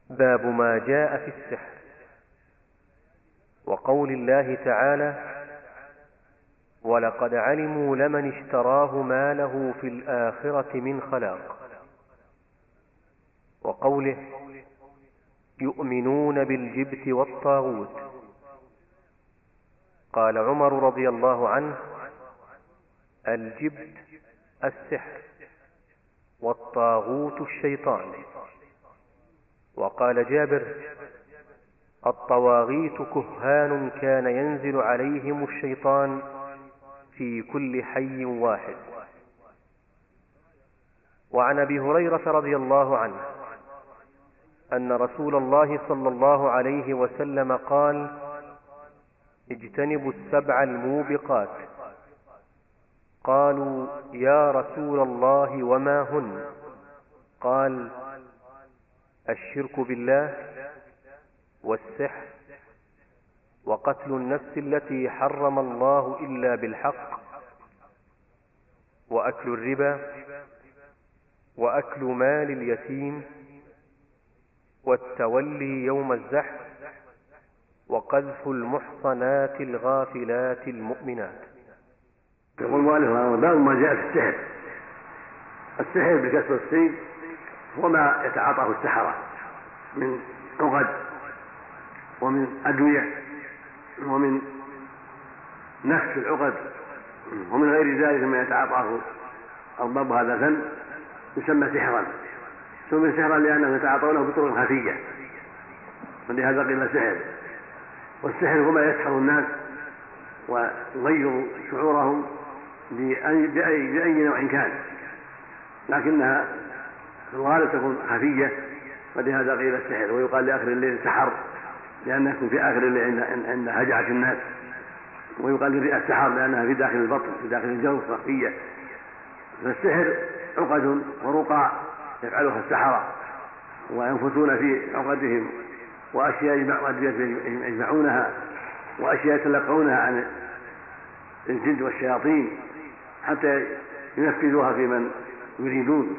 باب ما جاء في السحر وقول الله تعالى: ولقد علموا لمن اشتراه ما له في الآخرة من خلاق. وقوله: يؤمنون بالجبت والطاغوت. قال عمر رضي الله عنه: الجبت السحر، والطاغوت الشيطان. وقال جابر: الطواغيت كهان كان ينزل عليهم الشيطان في كل حي واحد. وعن ابي هريرة رضي الله عنه أن رسول الله صلى الله عليه وسلم قال: اجتنبوا السبع الموبقات. قالوا: يا رسول الله وما هن؟ قال: الشرك بالله، والسحر، وقتل النفس التي حرم الله إلا بالحق، وأكل الربا، وأكل مال اليتيم، والتولي يوم الزحف، وقذف المحصنات الغافلات المؤمنات. يقول المؤلف باب ما جاء في السحر. السحر بكسر السين هو ما يتعاطاه السحرة من عقد ومن أدوية ومن نفس العقد ومن غير ذلك ما يتعاطاه أرباب هذا الفن يسمى سحرا. سمي سحرا لأنهم يتعاطونه بطرق خفية، ولهذا قيل سحر. والسحر هو ما يسحر الناس ويغير شعورهم بأي نوع كان، لكنها في الغالب تكون خفية، ولهذا قيل السحر. ويقال لآخر الليل سحر لأنه يكون في آخر الليل عند هجعة الناس، ويقال للرئة سحر لأنها في داخل البطن في داخل الجوف مخفية. فالسحر عقد ورقى يفعلها السحرة وينفثون في عقدهم وأشياء يجمعونها وأشياء يتلقونها عن الجن والشياطين حتى ينفذوها في من يريدون،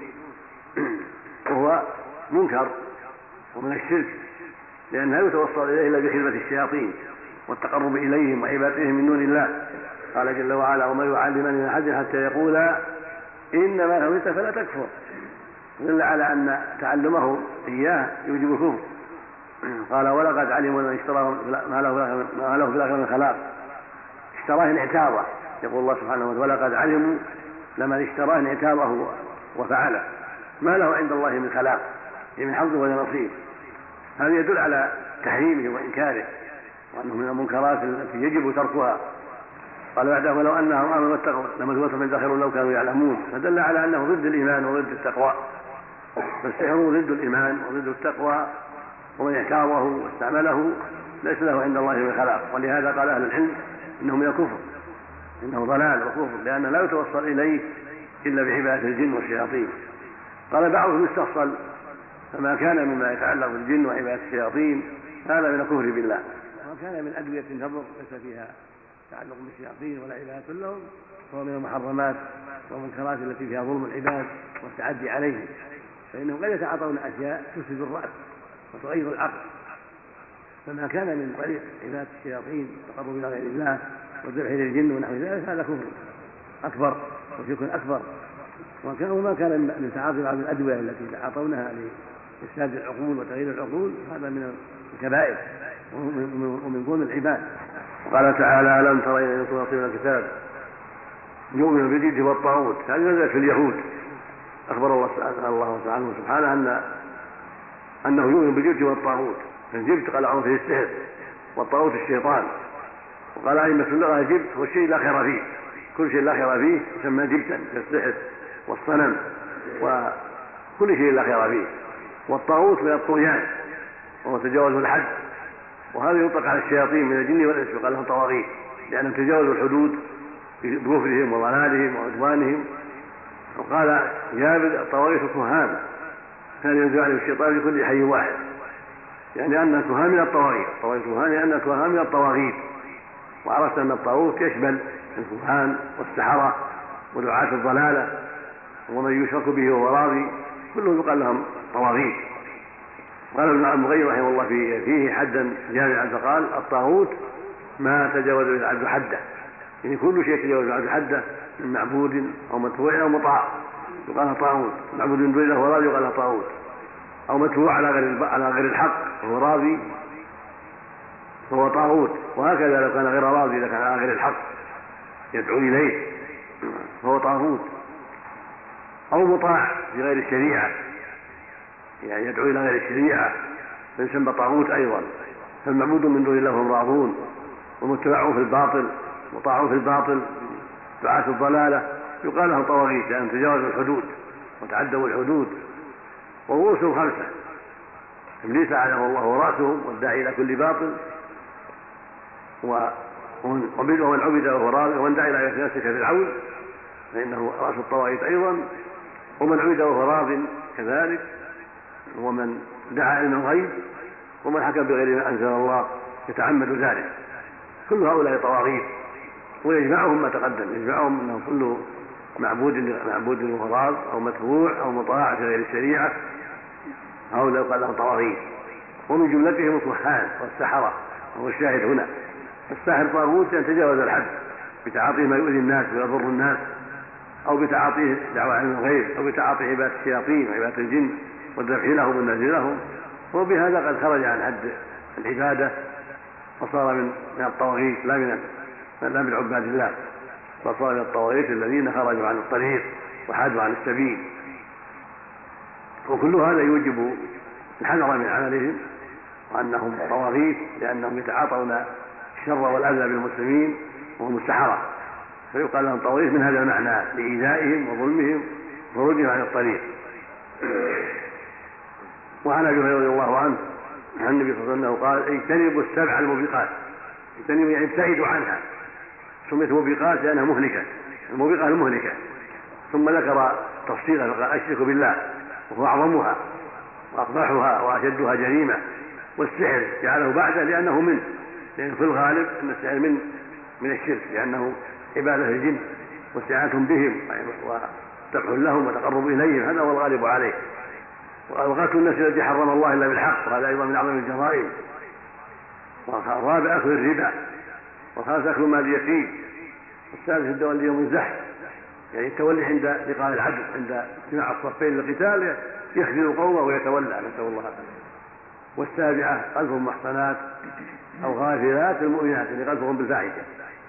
وهو منكر ومن الشرك، لأنها يتوصل إليه إلا بخدمة الشياطين والتقرب إليهم وعبادتهم من دون الله. قال جل وعلا: وما يعلمان من أحد حتى يقولا إنما نهيت فلا تكفر، دل على أن تعلمه إياه يوجب الكفر. قال: ولقد علموا من اشتراه ما له في الآخرة من خلاق. اشتراه انعتاضه، يقول الله سبحانه وتعالى: ولقد علموا لمن اشتراه انعتاضه وفعله ما له عند الله من خلاق، من حظ ولا نصيب. هذا يدل على تحريمه وإنكاره وأنه من المنكرات التي يجب تركها. قال بعده: ولو أنهم آمنوا واتقوا لمثوبة من خير لو كانوا يعلمون. فدل على أنه ضد الإيمان وضد التقوى، فالسحر ضد الإيمان وضد التقوى، ومن اعتاضه واستعمله ليس له عند الله من خلاق. ولهذا قال أهل العلم إنه من الكفر، إنه ضلال وكفر، لأنه لا يتوصل إليه إلا بعبادة الجن والشياطين. قال بعضهم يستفصل، فما كان مما يتعلق بالجن وعبادة الشياطين هذا من الكفر بالله، وما كان من أدوية تضر ليس فيها تعلق بالشياطين ولا عبادة لهم فهو من المحرمات والمنكرات التي فيها ظلم العباد والتعدي عليهم، فإنهم قد يتعاطون أشياء تفسد الرأس وتغير العقل. فما كان من طريق عبادة الشياطين التقرب إلى غير الله والذبح للجن ونحو ذلك هذا كفر أكبر وشرك أكبر. وما كان من تعاطي بعض الأدوية التي يتعاطونها لإفساد العقول وتغيير العقول هذا من الكبائر ومن ظلم العباد. قال تعالى: ألم تر إلى الذين يطيعون الكتاب يؤمنون بالجبت والطاغوت. هذه نزلت في اليهود. أخبر الله تعالى سبحانه أنه يؤمن بالجبت والطاغوت. الجبت قال عمر فيه السحر، والطاغوت الشيطان. وقال أئمة اللغة: الجبت هو الشيء لا خير فيه، كل شيء لا خير فيه يسمى جبتا، كالسحر والصنم وكل شيء لا خير فيه. والطاغوت من الطغيان وهو تجاوز الحد، وهذا يطلق على الشياطين من الجن والإنس، وقال لهم طواغيت لأنهم تجاوزوا الحدود بكفرهم وضلالهم وعدوانهم. وقال جابر: الطواغيت كهان كان ينزل عليهم الشيطان في كل حي واحد، يعني أن كهان من الطواغيت. الطواغيت كهان لأن كهان من الطواغيت. وعرفت أن الطاغوت يشمل الكهان والسحرة ودعاة الضلالة ومن يشرك به وهو راضي، كلهم يقال لهم طواغيت. قال ابن المغير رحمه الله فيه حدا جامعا فقال: الطاغوت ما تجاوز به العبد حده، يعني كل شيء تجاوز العبد حده من معبود او متبوع او مطاع يقال له طاغوت، معبود من دون الله وهو راضي يقال له طاغوت، او متبوع على غير الحق وهو راضي فهو طاغوت، وهكذا لو كان غير راضي لكان على غير الحق يدعو اليه فهو طاغوت، او مطاع في غير الشريعه يعني يدعو الى غير الشريعه فيسمى طاغوت ايضا. فالمعبود من دون الله هم راضون، ومتبعون في الباطل وطاعون في الباطل دعاة الضلاله يقال لهم طواغيت لانهم تجاوزوا الحدود وتعدوا الحدود. ورؤوسهم 5: ابليس لعنه الله وراسهم والداعي الى كل باطل، ومن عبد وهو راض، ومن دعا الى نفسه كفرعون فانه راس الطواغيت ايضا، ومن عبد وهو راض كذلك، ومن دعا الى الغيب، ومن حكم بغير ما انزل الله يتعمد ذلك. كل هؤلاء طواغيت، ويجمعهم ما تقدم، يجمعهم انه كل معبود وهو راض او متبوع او مطاع في غير الشريعه، هؤلاء يقال لهم طواغيت. ومن جملتهم الكهان والسحره، وهو الشاهد هنا. الساحر طاغوت لأن تجاوز الحد بتعاطيه ما يؤذي الناس ويضر الناس، أو بتعاطيه دعوى علم الغيب، أو بتعاطيه عبادة الشياطين وعبادة الجن والذبح لهم والنذر لهم، وبهذا قد خرج عن حد العبادة وصار من الطواغيت لا من عباد الله، فصار من الطواغيت الذين خرجوا عن الطريق وحادوا عن السبيل. وكل هذا يوجب الحذر من عملهم وأنهم طواغيت لأنهم يتعاطون الشر والأذى بالمسلمين وهم السحرة، فيقال لهم طواغيت من هذا المعنى لإيذائهم وظلمهم وخروجهم عن الطريق. وعن أبي هريرة رضي الله عنه عن النبي صلى الله عليه وسلم قال: اجتنبوا 7 الموبقات. اجتنبوا يعني ابتعدوا عنها، سميت موبقات لأنها مهلكة، الموبقة المهلكة. ثم ذكر تفصيلا فقال: الشرك بالله وهو أعظمها وأقبحها وأشدها جريمة، والسحر جعله بعده لأنه منه، لأن في الغالب أن السحر من الشرك لأنه عبادة الجن واستعانة بهم وذبح لهم وتقرب إليهم، هذا هو الغالب عليه. وقتل النفس التي حرم الله إلا بالحق، وهذا أيضا من أعظم الجرائم. والرابع أكل الربا، والخامس أكل مال اليتيم، والسادس التولي يوم الزحف يعني التولي عند لقاء العدو، عند اجتماع الصفين للقتال يخذل قومه ويتولى، نسأل الله العافية. والسابعة قذف المحصنات أو غافلات المؤمنات اللي قذفهم بالفاحشة،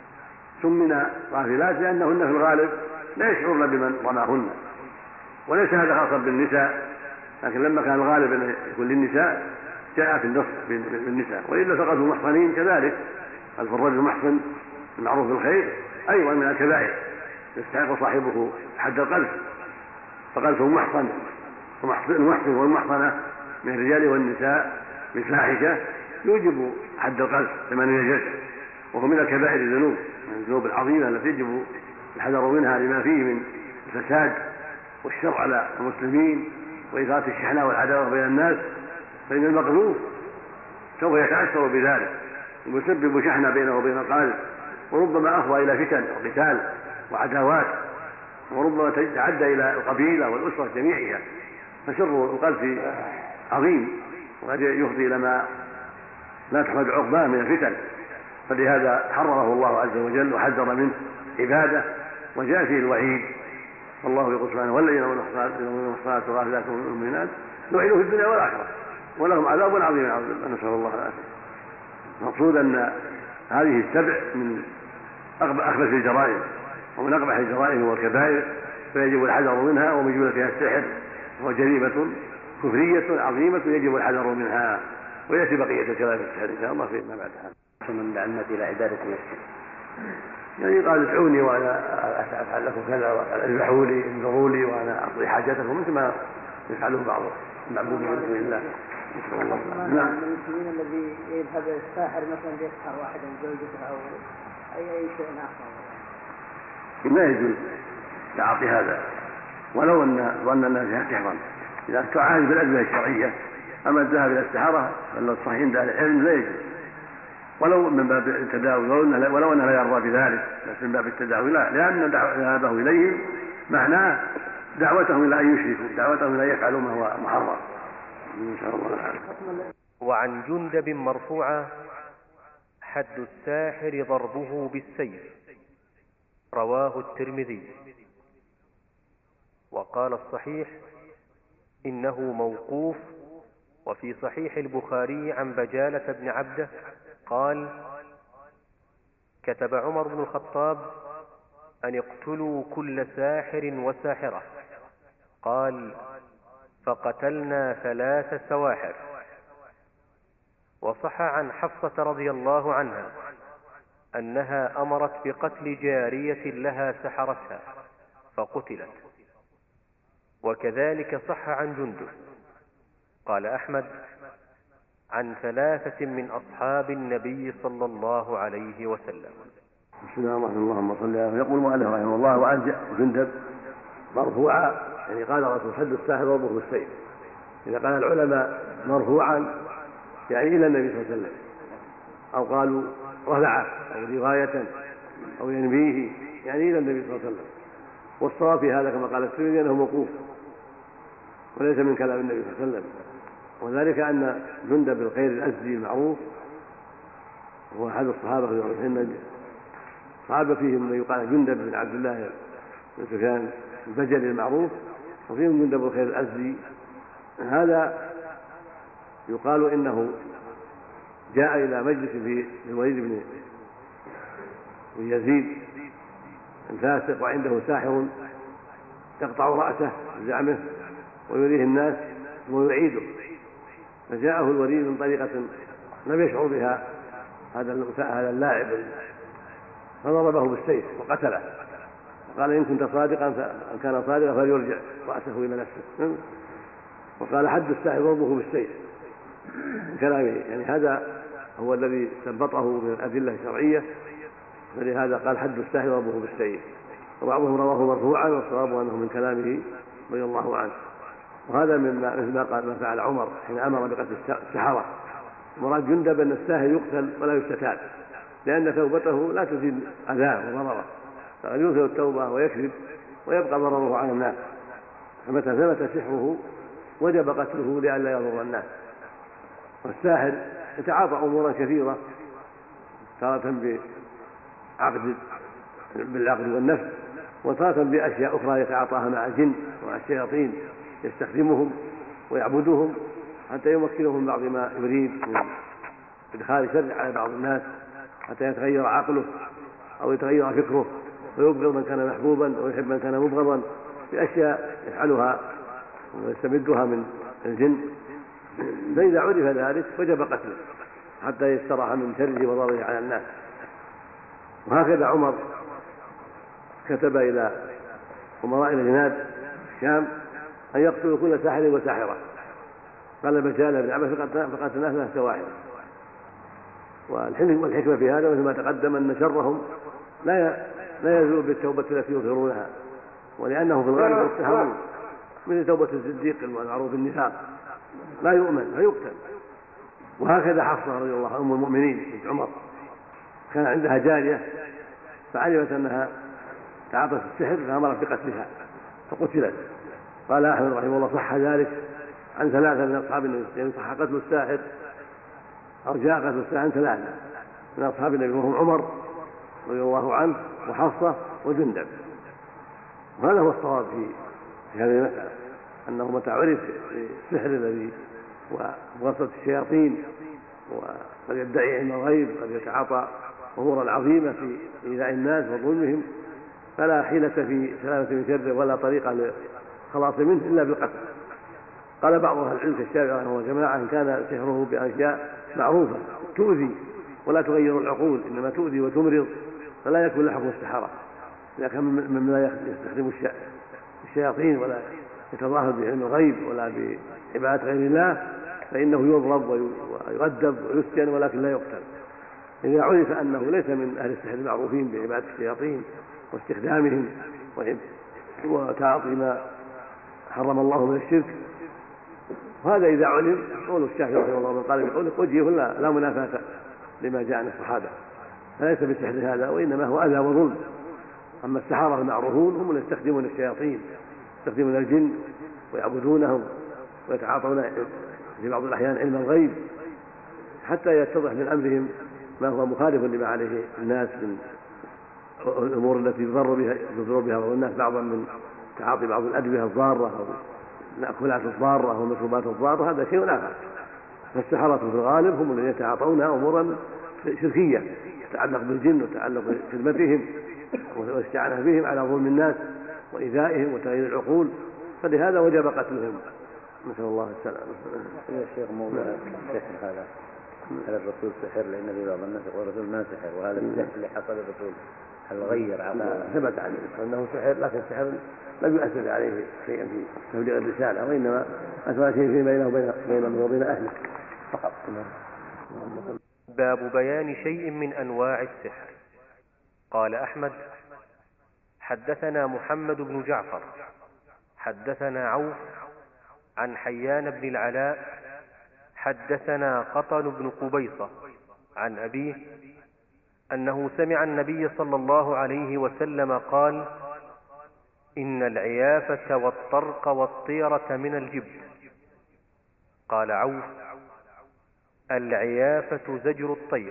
سمن غافلات لأنهن في الغالب لا يشعرن بمن رماهن، وليس هذا خاصا بالنساء، لكن لما كان الغالب أن يكون للنساء جاء في النص بالنساء، وإلا فقذف المحصنين كذلك، قذف الرجل المحصن المعروف بالخير أيضا من الكبائر يستحق صاحبه حد القذف. فقذف المحصن المحصن والمحصنة من الرجال والنساء بالفاحشة يوجب حد القذف 8 جلدة، وهو من الكبائر الذنوب، من الذنوب العظيمة التي يجب الحذر منها لما فيه من الفساد والشر على المسلمين وإثارة الشحناء والعداوة بين الناس، فإن المقذوف سوف يتأثر بذلك ويسبب شحنة بينه وبين القاذف، وربما أفضى إلى فتن وقتال وعداوات، وربما تعدى إلى القبيلة والأسرة جميعها. فشر القذف عظيم وقد يفضي إلى ما لا تحمد عقباه من الفتن، فلهذا حرمه الله عز وجل وحذر منه عباده، وجاء فيه الوعيد. والله يقول سبحانه: والذين هم المحصنات والغافلات والمؤمنات لعنوا في الدنيا والآخرة ولهم عذاب عظيم، نسأل الله العافية. المقصود أن هذه 7 من أخبث الجرائم ومن أقبح الجرائم والكبائر، فيجب الحذر منها، ومن جملتها السحر، وهو جريمة كفرية عظيمة يجب الحذر منها. ويأتي بقية الكلام في السحر إن شاء الله فيما بعدها. من دعمت إلى عبادة نفسه، يعني قال: ادعوني وأنا أفعل لكم كذا، اذبحوا لي، انظروا لي وأنا أقضي حاجتكم، مثل ما يفعله بعض المعبودين من دون الله. نعم. المسلمين الذي يذهب الساحر مثلا يسحر واحدا زوجته أو أي شيء آخر، ما يجوز تعاطي هذا، ولو أن ظن أنها تحرم إذا تعالج بالأدوية الشرعية. أما الذهاب إلى السحرة فإن الصحيح عند أهل العلم لا يجوز، ولو من باب التداوي، ولو أنه لا يرضى بذلك، بس من باب التداوي لا، لأن ذهابه إليهم معناه دعوتهم إلى أن يشركوا، دعوتهم إلى أن يفعلوا ما هو محرم. إن شاء الله. وعن جندب مرفوعا: حد الساحر ضربه بالسيف. رواه الترمذي. وقال الصحيح إنه موقوف. وفي صحيح البخاري عن بجالة بن عبده قال: كتب عمر بن الخطاب أن يقتلوا كل ساحر وساحرة. قال: فقتلنا 3 سواحر. وصح عن حفصة رضي الله عنها أنها أمرت بقتل جارية لها سحرتها فقتلت. وكذلك صح عن جندب. قال أحمد: عن 3 من أصحاب النبي صلى الله عليه وسلم. بسم الله الرحمن الرحيم. اللهم صل على. يقول المؤلف رحمه الله: وعن جندب مرفوعا، يعني قال الرسول: حد الساحر ضربه بالسيف. إذا قال العلماء مرفوعا يعني إلى النبي صلى الله عليه وسلم، أو قالوا رفعه أو رواية أو ينبيه يعني إلى النبي صلى الله عليه وسلم. والصواب في هذا كما قال الترمذي أنه موقوف وليس من كلام النبي صلى الله عليه وسلم، وذلك أن جندب الخير الأزدي المعروف هو أحد الصحابة رضي الله عنهم. صحابة فيهم من يقال جندب بن عبد الله بن سفيان البجلي المعروف، وفيهم جندب الخير الأزدي. هذا يقال إنه جاء إلى مجلس في الوليد بن يزيد الفاسق، وعنده ساحر يقطع رأسه بزعمه ويريه الناس ويعيده، فجاءه الوليد من طريقة لم يشعر بها هذا اللاعب، فضربه بالسيف وقتله. وقال: إن كنت صادقا فإن كان صادقا فليرجع رأسه إلى نفسه. وقال: حد الساحر ضربه بالسيف من كلامه، يعني هذا هو الذي استنبطه من الأدلة الشرعية، فلهذا قال: حد الساحر ضربه بالسيف. وبعضهم رواه مرفوعا، والصواب أنه من كلامه رضي الله عنه. وهذا مثل ما فعل عمر حين أمر بقتل السحرة. مراد جندب أن الساحر يقتل ولا يستتاب، لأن توبته لا تزيد أذاه وضرره، فقد يوثر التوبة ويكذب ويبقى ضرره على الناس، فمتى ثبت سحره وجب قتله لئلا يضر الناس. والساحر يتعاطى أمورا كثيرة، تارة بالعقد والنفس، وتارة بأشياء أخرى يتعاطاها مع الجن ومع الشياطين، يستخدمهم ويعبدهم حتى يمكنهم من بعض ما يريد من إدخال شر على بعض الناس، حتى يتغير عقله أو يتغير فكره ويبغض من كان محبوبا ويحب من كان مبغضا، بأشياء يفعلها ويستمدها من الجن. فإذا عرف ذلك وجب قتله حتى يستراح من شره وضرره على الناس. وهكذا عمر كتب إلى أمراء العناد الشام أن يقتلوا كل ساحر وساحرة. قال بجالة بن عبده: فقتلناه 3 سواحر. والحكمة في هذا مثل ما تقدم أن شرهم لا يزول بالتوبة التي يظهرونها، ولأنه في الغالب يتهمون، من توبة الزنديق المعروف بالنفاق لا يؤمن فيقتل. وهكذا حفصة رضي الله عنها أم المؤمنين بنت عمر كان عندها جارية فعلمت أنها تعاطت السحر فأمرت بقتلها فقتلت. قال أحمد رحمه الله: صح ذلك عن 3 من أصحاب النبي، يعني صح قتل الساحر أو جاء قتل الساحر عن 3 من أصحاب النبي، وهم عمر رضي الله عنه وحفصة وجندب. وهذا هو الصواب في هذه المسألة، أنه متى عرف السحر الذي ووسط الشياطين وقد يدعي علم الغيب وقد يتعاطى أمورا عظيمة في إيذاء الناس وظلمهم، فلا حيلة في سلامة من شره ولا طريقة للخلاص منه إلا بالقتل. قال بعض أهل العلم كالشافعي رحمه الله جماعة: إن كان سحره بأشياء معروفة تؤذي ولا تغير العقول إنما تؤذي وتمرض فلا يكون له حكم السحرة. إذا كان مما يستخدم الشياطين ولا يتظاهر بعلم الغيب ولا بعبادة غير الله فإنه يضرب ويؤدب ويسجن ولكن لا يقتل. إذا عرف أنه ليس من أهل السحر المعروفين بعبادة الشياطين واستخدامهم وتعاطي ما حرم الله من الشرك، وهذا إذا علم قول الشافعي رحمه الله من قال بقوله وجهه لا منافاة لما جاء عن الصحابة، فليس بالسحر هذا وإنما هو أذى وظلم. أما السحرة المعروفون هم من يستخدمون الشياطين، يستخدمون الجن ويعبدونهم ويتعاطون في بعض الأحيان علم الغيب حتى يتضح من أمرهم ما هو مخالف لما عليه الناس من الأمور التي يضر بها الناس بعضا من تعاطي بعض الأدوية الضارة أو المأكولات الضارة أو المشروبات الضارة، هذا شيء آخر. فالسحرة في الغالب هم الذين يتعاطون أمورا شركية تتعلق بالجن وتتعلق بخدمتهم والاستعانة بهم على ظلم الناس وإيذائهم وتغيير العقول، فلهذا وجب قتلهم، نسأل الله السلامة. يا شيخ موضوع السحر هذا، هل الرسول سحر؟ لأن في بعض الناس يقول الرسول ما سحر، وهذا السحر اللي حصل الرسول هل غير على ثبت عنه أنه سحر، لكن السحر لم يؤثر عليه شيئا في تبليغ الرسالة، وإنما أثر شيء فيما بينه وبين أهله فقط. باب بيان شيء من أنواع السحر. قال أحمد: حدثنا محمد بن جعفر حدثنا عوف عن حيان بن العلاء حدثنا قطن بن قبيصة عن أبيه أنه سمع النبي صلى الله عليه وسلم قال: إن العيافة والطرق والطيرة من الجبت. قال عوف: العيافة زجر الطير،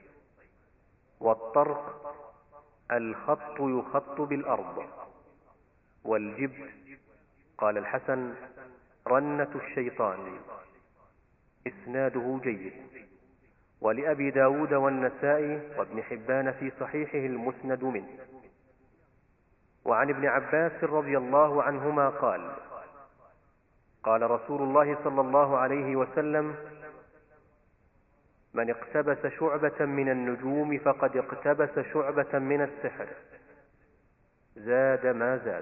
والطرق الخط يخط بالأرض، والجبت قال الحسن رنة الشيطان. إسناده جيد. ولأبي داود والنسائي وابن حبان في صحيحه المسند منه. وعن ابن عباس رضي الله عنهما قال: قال رسول الله صلى الله عليه وسلم: من اقتبس شعبة من النجوم فقد اقتبس شعبة من السحر، زاد ما زاد.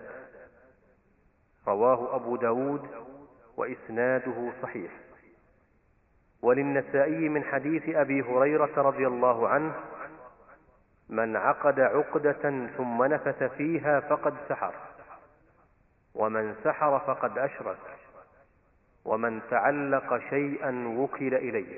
رواه أبو داود وإسناده صحيح. وللنسائي من حديث أبي هريرة رضي الله عنه: من عقد عقدة ثم نفث فيها فقد سحر، ومن سحر فقد أشرك، ومن تعلق شيئا وكل إليه.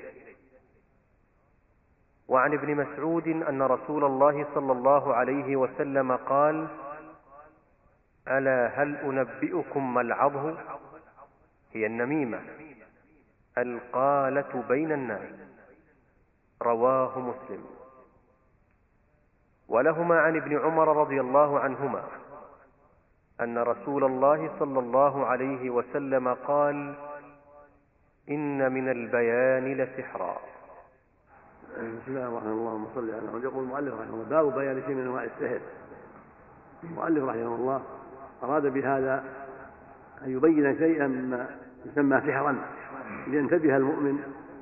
وعن ابن مسعود أن رسول الله صلى الله عليه وسلم قال: ألا هل أنبئكم ما العضه؟ هي النميمة القالة بين الناس. رواه مسلم. ولهما عن ابن عمر رضي الله عنهما أن رسول الله صلى الله عليه وسلم قال: إن من البيان لسحرا. بسم الله الرحمن الرحيم. اللهم صل على محمد. يقول المؤلف رحمه الله: باب بيان شيء من انواع السحر. المؤلف رحمه الله اراد بهذا ان يبين شيئا مما يسمى سحرا لينتبه المؤمن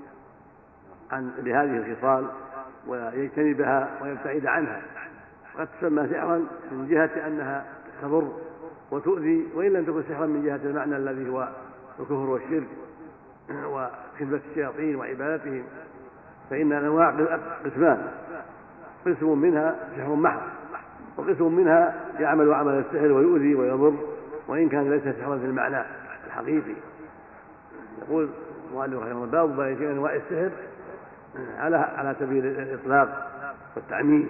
لهذه الخصال ويجتنبها ويبتعد عنها. قد تسمى سحرا من جهه انها تضر وتؤذي، وان لم تكن سحرا من جهه المعنى الذي هو الكفر والشرك وخدمه الشياطين وعبادتهم. فإن الأنواع قسمان: قسم منها سحر محض، وقسم منها يعمل عمل السحر ويؤذي ويضر، وإن كان ليس سحرا في المعنى الحقيقي. يقول المؤلف رحمه الله: باب بيان شيء من أنواع السحر على سبيل الإطلاق والتعميم.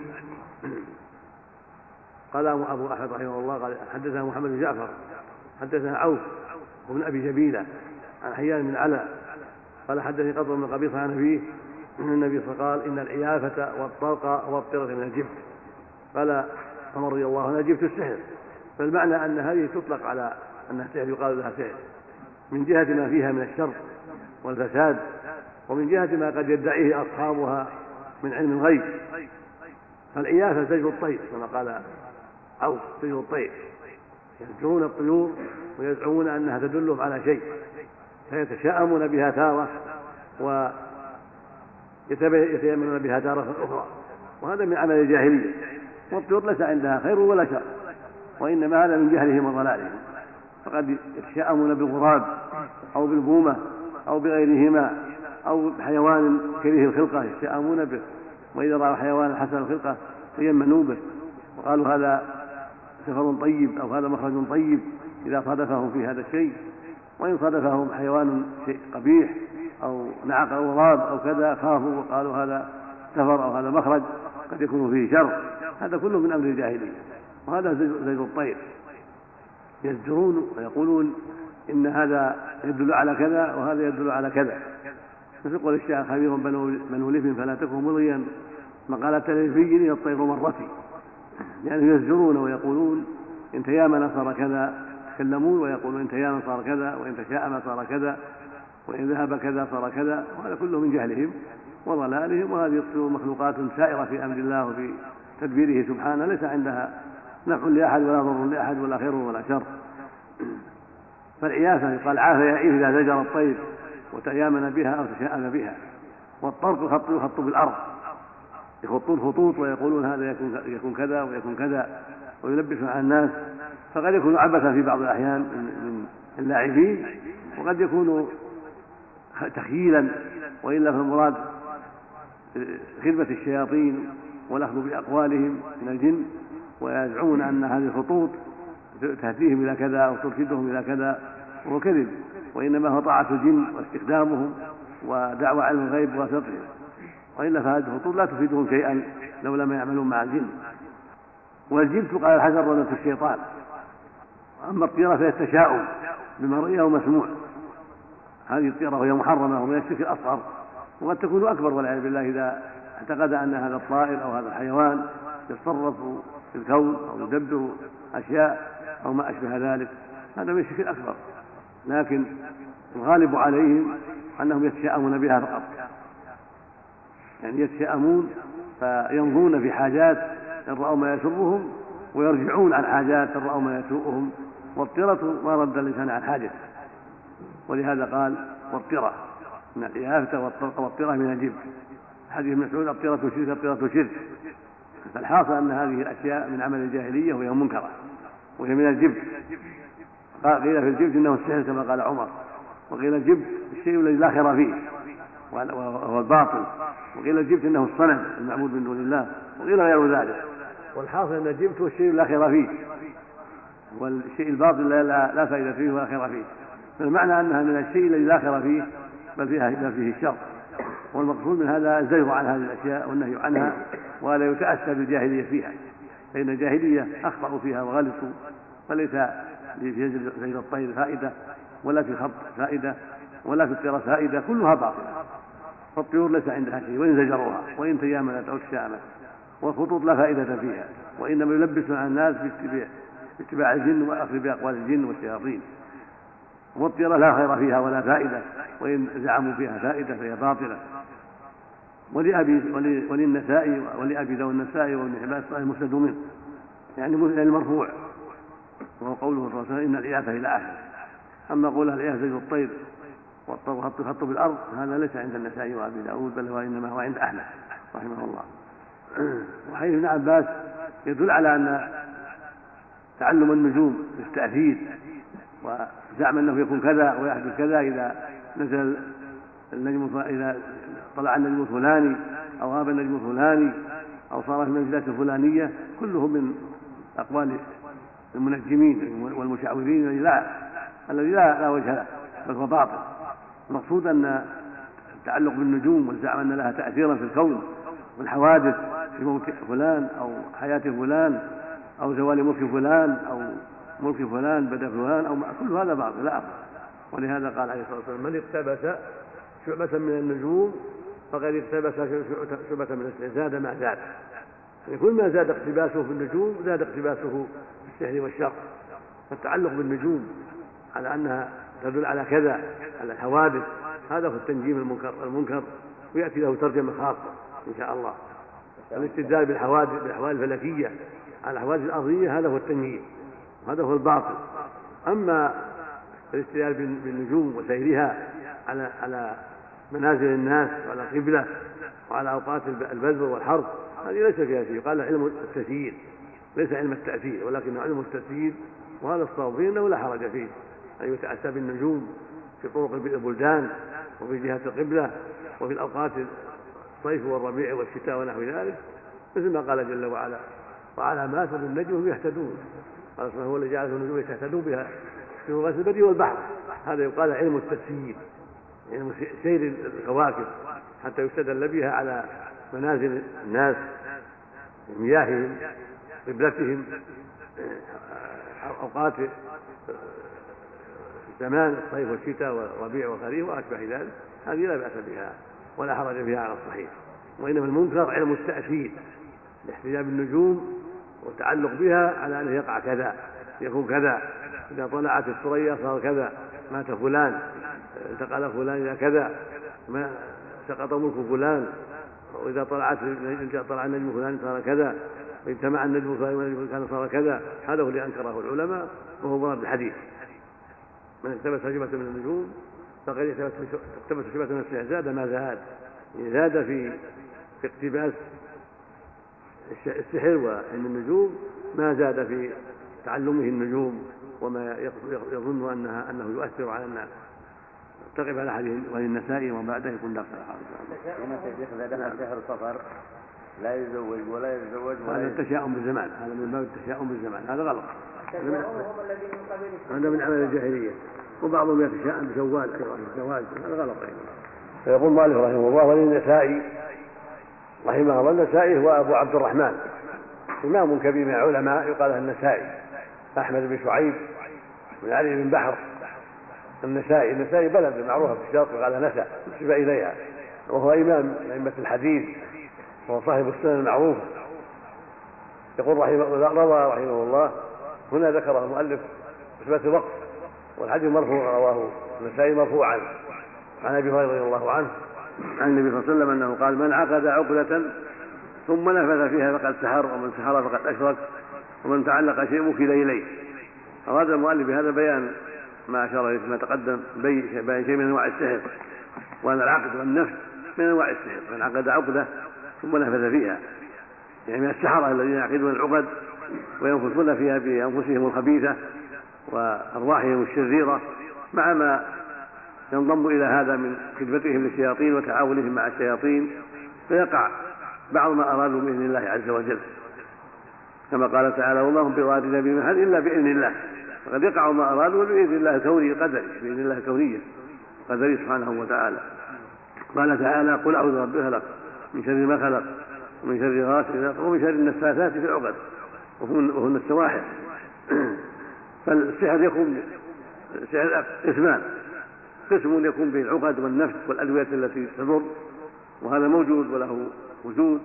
قال أبو أحمد رحمه الله قال: حدثنا محمد بن جعفر حدثنا عوف وابن أبي جبيلة عن حيان بن العلاء قال: حدثني قطن بن قبيصة عن أبيه أن النبي صلى الله عليه وسلم قال: إن العيافة والطرق والطيرة من الجبت. قال عمر رضي الله عنه: جبت السحر. فالمعنى أن هذه تطلق على أنها سحر، يقال لها سحر من جهة ما فيها من الشر والفساد، ومن جهة ما قد يدعيه أصحابها من علم الغيب. فالعيافة زجر الطير كما قال أو زجر الطير، يزجرون الطيور ويزعمون أنها تدلهم على شيء، فيتشاءمون بها تارة ويتيمنون بها تارة أخرى، وهذا من عمل الجاهلية. والطيور ليس عندها خير ولا شر، وإنما هذا من جهلهم وضلالهم، فقد يتشاءمون بالغراب أو بالبومة أو بغيرهما أو حيوان كريه الخلقة يتشاءمون به، وإذا رأوا حيوانا حسن الخلقة تيمنوا به وقالوا هذا سفر طيب أو هذا مخرج طيب إذا صادفهم في هذا الشيء. وإن صادفهم حيوان شيء قبيح أو نعق أو غراب أو كذا خافوا وقالوا هذا سفر أو هذا مخرج قد يكون فيه شر. هذا كله من أمر الجاهلية. وهذا زجر الطير، يزجرون ويقولون إن هذا يدل على كذا وهذا يدل على كذا. مثل قول الشاعر خبير بنو لف فلا تكن ملغيا مقالة للفي الطير مرتي، يعني يزجرون ويقولون إن تيامن صار كذا، يتكلمون ويقولون إن تيامن صار كذا، وإن تشاءم صار كذا، وإن ذهب كذا صار كذا، وهذا كله من جهلهم وضلالهم. وهذه الطيور مخلوقات سائرة في أمر الله وفي تدبيره سبحانه، ليس عندها نفع لأحد ولا ضر لأحد ولا خير ولا شر. فالعيافة يقال عاف يعيف إذا زجر الطير وتيامن بها أو تشاءم بها. والطرق الخط يخط بالأرض، يخطون خطوط ويقولون هذا يكون كذا ويكون كذا ويلبسون على الناس، فقد يكون عبثا في بعض الأحيان من اللاعبين، وقد يكون تخييلا، وإلا فالمراد خدمة الشياطين والأخذ بأقوالهم من الجن، ويزعمون أن هذه الخطوط تهديهم إلى كذا أو ترشدهم إلى كذا، وهو كذب، وإنما هو طاعة الجن واستخدامهم ودعوى علم الغيب واسطهم، وإلا فهذه الخطوط لا تفيدهم شيئا لو لم يعملون مع الجن. والجبت قال الحسن رمة الشيطان. أما الطيرة فهي التشاؤم بمرئية ومسموع، هذه الطيرة وهي محرمة ومن الشرك الأصغر، وقد تكون أكبر والعياذ بالله إذا اعتقد أن هذا الطائر أو هذا الحيوان يتصرف في الكون أو يدبر أشياء أو ما أشبه ذلك، هذا من الشرك الأكبر. لكن الغالب عليهم أنهم يتشاءمون بها فقط، يعني يتشاءمون فيمضون في حاجات إن رأوا ما يسرهم ويرجعون عن حاجات إن رأوا ما يسوءهم، والطيرة ما رد اللسان عن حاجته، ولهذا قال والطيرة من الإيافة والطرق والطيرة من الجبت. حديث ابن مسعود الطيرة شرك الطيرة شرك. فالحاصل أن هذه الأشياء من عمل الجاهلية وهي منكرة وهي من الجبت. قيل في الجبت إنه السحر كما قال عمر، وقيل الجبت الشيء الذي لا خير فيه وهو الباطل، وقيل الجبت إنه الصنم المعبود من دون الله، وقيل غير ذلك. والحاصل أن الجبت هو الشيء لا خير فيه، والشيء الباطل لا فائدة فيه ولا خير فيه. فالمعنى أنها من الشيء الذي لا خير فيه بل فيه الشر، والمقصود من هذا الزجر عن هذه الأشياء والنهي عنها، ولا يتأسى بالجاهلية فيها، فإن الجاهلية أخطأوا فيها وغلطوا، فليس في زجر الطير فائدة، ولا في الخط فائدة، ولا في الطيرة فائدة، كلها باطلة. فالطيور ليس عندها شيء وإن زجروها وإن تيامنت أو تشاءمت، والخطوط لا فائدة فيها، وإنما يلبسون على الناس باتباع الجن والأخذ بأقوال الجن والشياطين. والطيرة لا خير فيها ولا فائدة، وإن زعموا فيها فائدة فهي باطلة. وللنسائي ولأبي ذو النسائي وابن حبان المسند منه، يعني المرفوع، وهو قوله صلى الله عليه وسلم إن الإيافة إلى آخره. أما قول الإيافة زي الطير والخط بالأرض هذا ليس عند النسائي وأبي داود، بل هو إنما هو عند أحمد رحمه الله. وحديث ابن عباس يدل على أن تعلم النجوم بالتأثير وزعم أنه يكون كذا ويحدث كذا إذا نزل النجم، إذا طلع النجم الفلاني أو غاب النجم الفلاني أو صار في المنزلات الفلانية، كله من أقوال المنجمين والمشعوذين الذي لا وجه له، بل هو باطل. المقصود أن التعلق بالنجوم والزعم أن لها تأثيرا في الكون والحوادث في موت فلان أو حياة فلان أو زوال ملك فلان أو ملك فلان بدأ فلان أو كل هذا باطل لا أصل. ولهذا قال عليه الصلاة والسلام من اقتبس شعبة من النجوم فقد اقتبس شعبة من السحر، زاد ما زاد. يعني كل ما زاد اقتباسه في النجوم زاد اقتباسه في السحر والشر. فالتعلق بالنجوم على أنها تدل على كذا على الحوادث هذا هو التنجيم المنكر، ويأتي له ترجمة خاصة إن شاء الله. الاستدلال بالأحوال الفلكية على الأحوال الأرضية هذا هو التنجيم وهذا هو الباطل. أما الاستدلال بالنجوم وسيرها على منازل الناس وعلى القبلة وعلى أوقات البذر والحرب هذه ليس فيها شيء، قال علم التسيير ليس علم التأثير ولكنه علم التسيير، وهذا الصواب فيه أنه لا حرج فيه أن يتأسى بالنجوم في طرق البلدان وفي جهة القبلة وفي الأوقات الصيف والربيع والشتاء ونحو ذلك، مثل ما قال جل وعلا وعلامات بالنجم يهتدون، قال سبحانه هو الذي جعل النجوم يهتدون بها في مغاز البر والبحر. هذا يقال علم التسيير، علم سير الكواكب حتى يستدل بها على منازل الناس مياههم قبلتهم أوقات زمان الصيف والشتاء والربيع والخريف وأشبه ذلك، هذه لا بأس بها ولا حرج فيها على الصحيح. وإنما المنكر علم التأثير لاحتجاب النجوم والتعلق بها على أنه يقع كذا يكون كذا، إذا طلعت الثريا صار كذا، مات فلان، انتقل فلان إلى كذا، ما سقط ملك فلان، وإذا طلع النجم فلان صار كذا، واجتمع النجم فلان صار كذا. هذا هو اللي أنكره العلماء وهو مراد الحديث. من اقتبس شبهة من النجوم فقد اقتبس شبهة من السحر، زاد ما زاد، زاد في اقتباس السحر وعلم النجوم ما زاد في تعلمه النجوم وما يظن أنه يؤثر على الناس. تقف على حديث وللنسائي وما بعده يكون داخل هنا إذا دخل شهر صفر لا يزوج ولا يتزوج هذا التشاؤم بالزمان، هذا من باب التشاؤم بالزمان، هذا غلط، هذا من عمل الجاهلية. وبعضهم يتشاءم بشوال أيضا الزواج، هذا غلط أيضا. فيقول مالك رحمه الله وللنسائي رحمه الله، النسائي هو أبو عبد الرحمن إمام كبير من العلماء يقال له النسائي، أحمد بن شعيب بن علي بن بحر النسائي بلد معروفة في الشرق يقال لها نسا نسب إليها، وهو إمام من أئمة الحديث وهو صاحب السنن المعروفة. يقول روى رحمه الله هنا ذكره المؤلف إثبات الوقف، والحديث مرفوع رواه النسائي مرفوعا عن أبي هريرة رضي الله عنه عن النبي صلى الله عليه وسلم أنه قال: من عقد عقدة ثم نفذ فيها فقد سحر، ومن سحر فقد أشرك، ومن تعلق شيء وكل إليه. أراد المؤلف بهذا بيان ما أشار إليه ما تقدم، بيان شيء من أنواع السحر، وأن العقد والنفذ من أنواع السحر. من عقد عقدة ثم نفذ فيها، يعني من السحرة الذين يعقدون العقد وينفثون فيها بأنفسهم الخبيثة وأرواحهم الشريرة، مع ما ينضم إلى هذا من خدمتهم للشياطين وتعاونهم مع الشياطين، فيقع بعض ما أرادوا بإذن الله عز وجل، كما قال تعالى: وما هم بضارين به من أحد إلا بإذن الله. فقد يقع ما أرادوا بإذن الله الكوني القدري، بإذن الله الكونية قدري سبحانه وتعالى. قال تعالى: قل أعوذ برب الفلق من شر ما خلق ومن شر غاسق ومن شر النفاثات في العقد، وهن السواحل. فالسحر يكون سحر قسمان: قسم يكون به العقد والنفس والأدوية التي تضر، وهذا موجود وله وجود،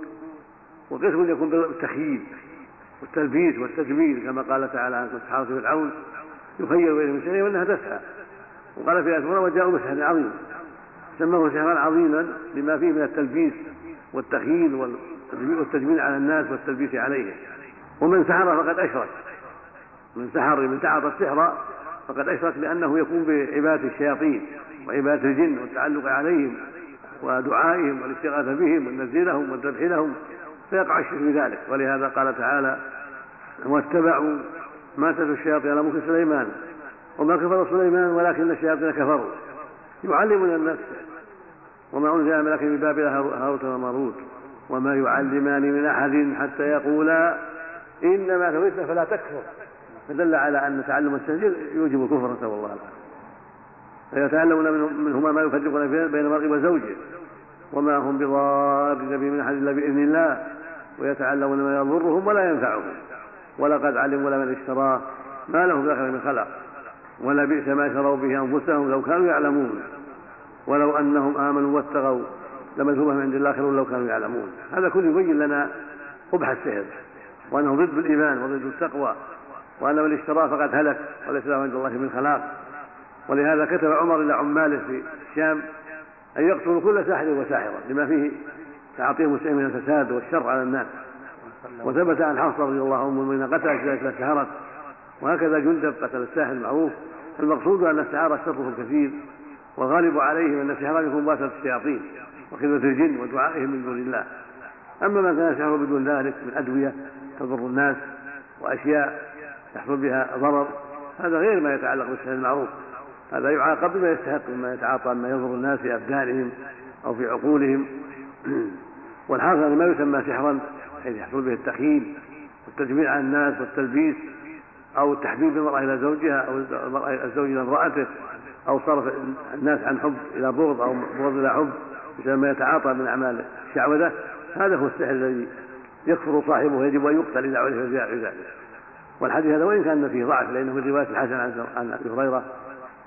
وقسم يكون بالتخييل والتلبيس والتجميل، كما قال تعالى عن سحرة فرعون يخيل إليه من سحره وأنها تسعى. وقال في آية أخرى: وجاءوا بسحر عظيم، سماه سحرا عظيما لما فيه من التلبيس والتخييل والتجميل على الناس والتلبيس عليهم. ومن سحر فقد أشرك، من سحر من تعاطى السحر فقد أشرك، لأنه يكون بعبادة الشياطين وعبادة الجن والتعلق عليهم ودعائهم والاستغاثة بهم والنزل لهم والذبح لهم، فيقع الشرك بذلك. ولهذا قال تعالى: واتبعوا ما تتلو الشياطين على ملك سليمان وما كفر سليمان ولكن الشياطين كفروا يعلمون الناس وما أنزل ملكين ببابل هاروت وماروت وما يعلمان من أحد حتى يقولا إنما ثويت فلا تكفر، فدل على أن تعلم السحر يوجب الكفر، نسأل الله العافية. فيتعلمون منهما ما يفرقون بين المرء وزوجه، وما هم بضارين به من أحد إلا بإذن الله، ويتعلمون ما يضرهم ولا ينفعهم، ولقد علموا لمن اشتراه ما له في الآخرة من خلاق ولبئس ما شروا به أنفسهم لو كانوا يعلمون ولو أنهم آمنوا واتقوا لمثوبة من عند الله خير لو كانوا يعلمون. هذا كله يبين لنا قبح السحر، وأنه ضد الإيمان وضد التقوى، وأن من اشتراه فقد هلك وليس له عند الله من خلاق. ولهذا كتب عمر إلى عماله في الشام أن يقتلوا كل ساحر وساحرة لما فيه تعاطيهم الشيء من الفساد والشر على الناس. وثبت عن حفصة رضي الله عنه من قتلت ذلك سهرت، وهكذا جندب قتل الساحر المعروف. المقصود أن السحارة شرهم كثير، والغالب عليهم أن السحر يكون باسة الشياطين وخدمة الجن ودعائهم من دون الله. أما من كان يسحر بدون ذلك من أدوية تضر الناس وأشياء يحصل بها ضرر، هذا غير ما يتعلق بالسحر المعروف، هذا يعاقب بما يستحق مما يتعاطى ما يضر الناس في أبدانهم أو في عقولهم. والحاصل أن ما يسمى سحرا حيث يحصل به التخييل والتجميل على الناس والتلبيس، أو التحبيب المرأة إلى زوجها أو الزوج إلى امرأته، أو صرف الناس عن حب إلى بغض أو بغض إلى حب بسبب ما يتعاطى من أعمال الشعوذة، هذا هو السحر الذي يكفر صاحبه ويجب أن يقتل إذا عرف ذلك. والحديث هذا وإن كان فيه ضعف، لأنه من رواية الحسن عن أبي هريرة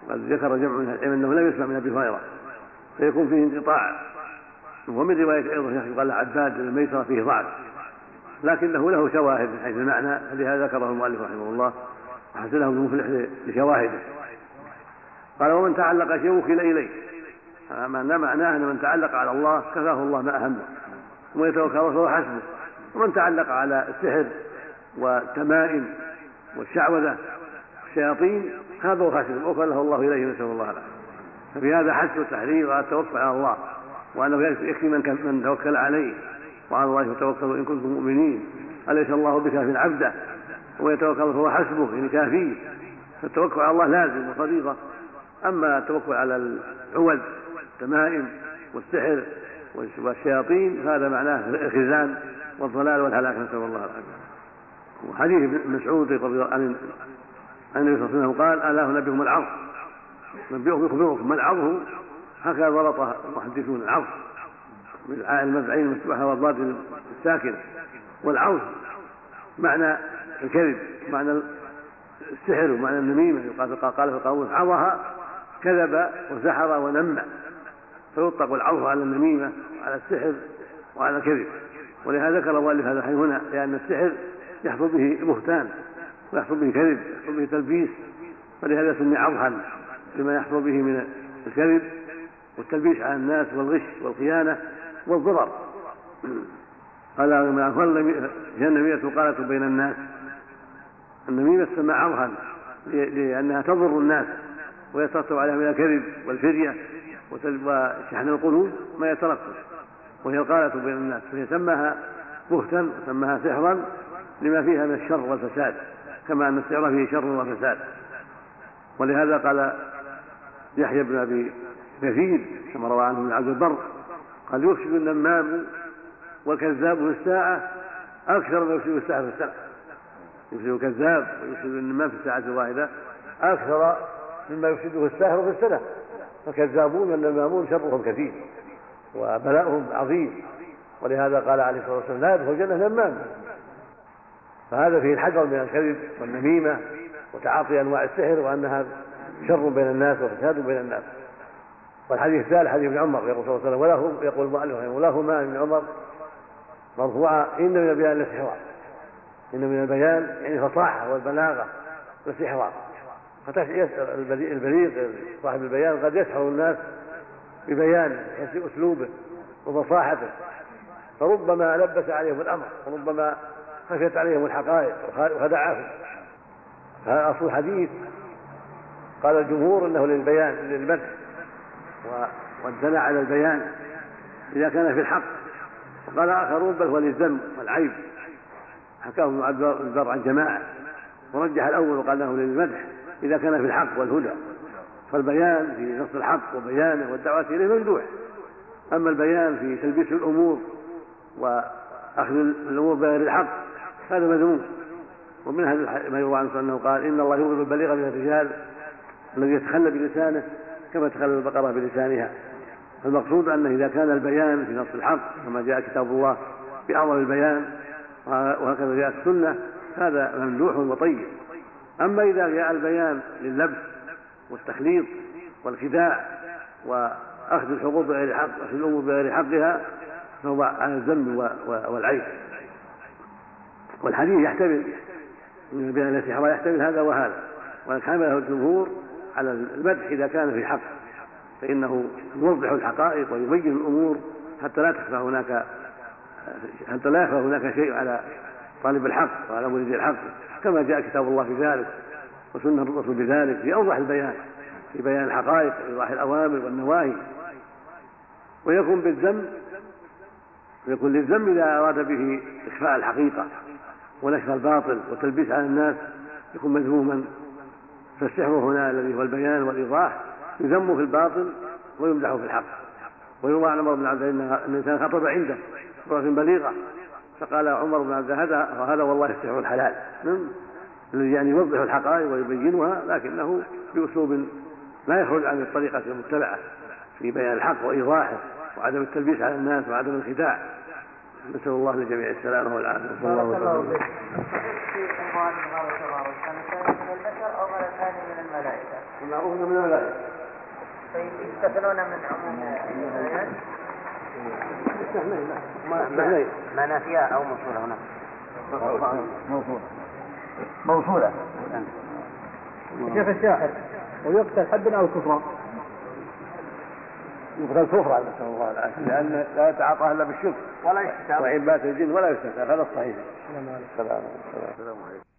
قد ذكر جمع من العلم أنه لم يسمع من أبي هريرة فيكون فيه انقطاع. ومن رواية أيضا قال عباد الميسرة فيه ضعف، لكنه له شواهد من حيث المعنى، فلهذا ذكره المؤلف رحمه الله وحسنه المفلح لشواهده. قال ومن تعلق شيء وكل إليه، معناه أن من تعلق على الله كفاه الله ما أهمه، ومن يتوكل فهو حسبه. ومن تعلق على السحر والتمائم والشعوذة والشياطين هذا هو حسبه وكله الله إليه، نسأل الله العافية. ففي هذا حث التحرير على التوكل على الله، وأنه يكفي من توكل عليه، وعلى الله فتوكلوا إن كنتم مؤمنين، أليس الله بكاف عبده، ومن يتوكل فهو حسبه إن كافيه. فالتوكل على الله لازم وفريضة. أما التوكل على العوذ التمائم والسحر والشياطين هذا معناه الخزلان والضلال والهلاك، نسأل الله العافية. وحديث ابن مسعود رضي الله عنه عن النبي صلى الله عليه وسلم قال ألا أنبئكم العرض، نبئكم يخبركم ما العرض، هكذا ضبط المحدثون العرض المذعين المفتوحة والضاد الساكنة. والعرض معنى الكذب، معنى السحر ومعنى النميمة. قال في القاموس عظها كذب وسحر ونمى، فيطلق العرض على النميمة وعلى السحر وعلى الكذب. ولهذا ذكر المؤلف هذا الحديث هنا، لأن السحر يحصل به بهتان ويحصل به كذب ويحصل به تلبيس، ولهذا سمي عرضا لما يحصل به من الكذب والتلبيس على الناس والغش والخيانة والضرر. قال من أفضل هي النميمة قالت بين الناس. النميمة تسمى عرضا لأنها تضر الناس ويترتب عليها من الكذب والفرية وشحن القلوب ما يترتب، وهي القالة بين الناس، فهي سماها بهتا وسماها سحرا لما فيها من الشر والفساد، كما أن السحر فيه شر وفساد. ولهذا قال يحيى بن أبي كثير كما روى عنه ابن عبد البر قال يفسد النمام والكذاب في الساعة أكثر ما يفسد الساعة في السنة. يفسد الكذاب ويفسد النمام في الساعة الواحدة أكثر مما يفسده الساحر في السنة. فالكذابون والنمامون شرهم كثير وبلاؤهم عظيم، ولهذا قال عليه الصلاة والسلام لا يدخل الجنة نمام. فهذا فيه الحذر من الكذب والنميمة وتعاطي أنواع السحر، وأنها شر بين الناس وفساد بين الناس. والحديث الثالث حديث ابن عمر يقول صلى الله عليه وسلم وله يقول المؤلف ولهما ابن عمر مرفوعا إن من البيان لسحرا، إن من البيان يعني فصاحة والبلاغة لسحرا. البليغ صاحب البيان قد يسحر الناس ببيانه وحسن أسلوبه وفصاحته، فربما لبس عليهم الأمر وربما خفيت عليهم الحقائق وخدعهم. هذا أصل الحديث. قال الجمهور إنه للبيان للمدح والدلع على البيان إذا كان في الحق، وقال آخرون بل هو للذم والعيب، حكاه ابن عبد البر عن جماعة ورجح الأول وقال له للمدح إذا كان في الحق والهدى. فالبيان في نص الحق وبيانه والدعوة إليه ممدوح، أما البيان في تلبيس الأمور وأخذ الأمور بغير الحق هذا مذموم. ومن هذا ما يروى عنه أنه قال إن الله يبغض البليغ من الرجال الذي يتخلى بلسانه كما تخلى البقرة بلسانها. فالمقصود أنه إذا كان البيان في نص الحق كما جاء كتاب الله بأعظم البيان وهكذا جاءت السنة هذا ممدوح وطيب. أما إذا جاء البيان لللبس والتخليط والخداع وأخذ الحقوق بغير حق وأخذ الأمور بغير حقها فهو عن الذم والعيب. والحديث يحتمل من البيان السحر يحتمل هذا وهذا، وحمله الجمهور على المدح إذا كان في حق، فإنه يوضح الحقائق ويبين الأمور حتى لا يخفى هناك شيء على طالب الحق وعلى مريد الحق، كما جاء كتاب الله في ذلك وسنة الرسول بذلك في أوضح البيان، في بيان الحقائق وإيضاح الأوامر والنواهي. ويكون للذم إذا أراد به إخفاء الحقيقة ونشر الباطل والتلبيس على الناس يكون مذموما. فالسحر هنا الذي هو البيان والإيضاح يذم في الباطل ويمدح في الحق. ويروى عن عمر بن عبد الله أن الإنسان خطب عنده خطبة بليغة فقال عمر بن عبد هذا والله السحر الحلال، الذي يعني يوضح الحقائق ويبينها لكنه بأسلوب لا يخرج عن الطريقة المتبعة في بيان الحق وإيضاحه وعدم التلبيس على الناس وعدم الخداع. نسأل الله لجميع السلامة والعافية. صلى الله عليه وسلم. في عنوان الله تبارك كان ثاني من البشر أو ثاني من الملائكة؟ المعروف من الولاية. يستثنون من عموم الآيات؟ ما نافية أو موصولة هنا؟ موصولة. شيخ الشاحر ويقتل حدا أو كفرا؟ يقتل كفرا نسأل الله العافية، لأن لا يتعاطى إلا بالشرك ولا يحتاج وإن بات الجن ولا يستثنى، هذا الصحيح. السلام عليكم. السلام عليكم.